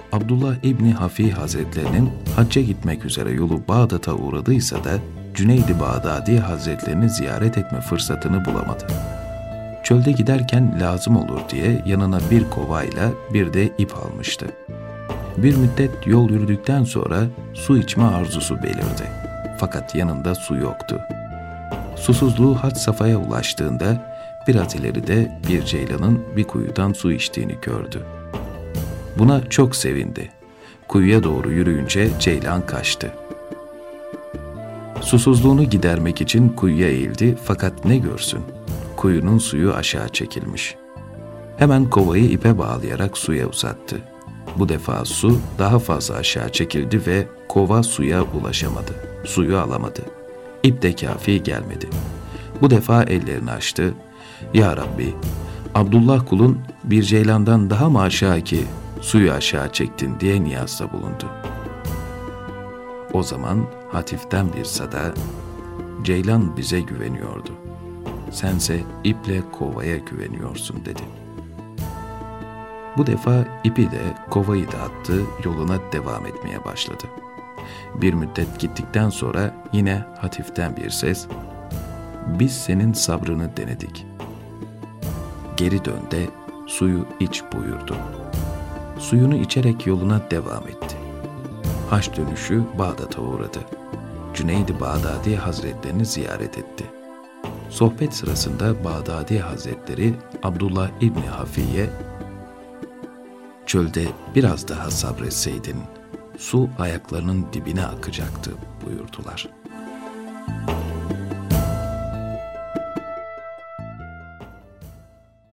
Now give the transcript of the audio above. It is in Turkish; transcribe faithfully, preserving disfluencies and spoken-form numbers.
Abdullah İbni Hafi Hazretlerinin hacca gitmek üzere yolu Bağdat'a uğradıysa da Cüneyd-i Bağdadi Hazretlerini ziyaret etme fırsatını bulamadı. Çölde giderken lazım olur diye yanına bir kovayla bir de ip almıştı. Bir müddet yol yürüdükten sonra su içme arzusu belirdi. Fakat yanında su yoktu. Susuzluğu had safhaya ulaştığında biraz ileride bir ceylanın bir kuyudan su içtiğini gördü. Buna çok sevindi. Kuyuya doğru yürüyünce ceylan kaçtı. Susuzluğunu gidermek için kuyuya eğildi fakat ne görsün? Kuyunun suyu aşağı çekilmiş. Hemen kovayı ipe bağlayarak suya uzattı. Bu defa su daha fazla aşağı çekildi ve kova suya ulaşamadı. Suyu alamadı. İp de kafi gelmedi. Bu defa ellerini açtı. Ya Rabbi, Abdullah kulun bir ceylandan daha mı aşağı ki suyu aşağı çektin diye niyazda bulundu. O zaman hatiften bir sada, ceylan bize güveniyordu. Sense iple kovaya güveniyorsun dedi. Bu defa ipi de kovayı da attı, yoluna devam etmeye başladı. Bir müddet gittikten sonra yine hatiften bir ses, biz senin sabrını denedik. Geri dön de suyu iç buyurdu. Suyunu içerek yoluna devam etti. Haç dönüşü Bağdat'a uğradı. Cüneyd-i Bağdadi Hazretlerini ziyaret etti. Sohbet sırasında Bağdadi Hazretleri Abdullah İbni Hafi'ye, çölde biraz daha sabretseydin, su ayaklarının dibine akacaktı buyurdular.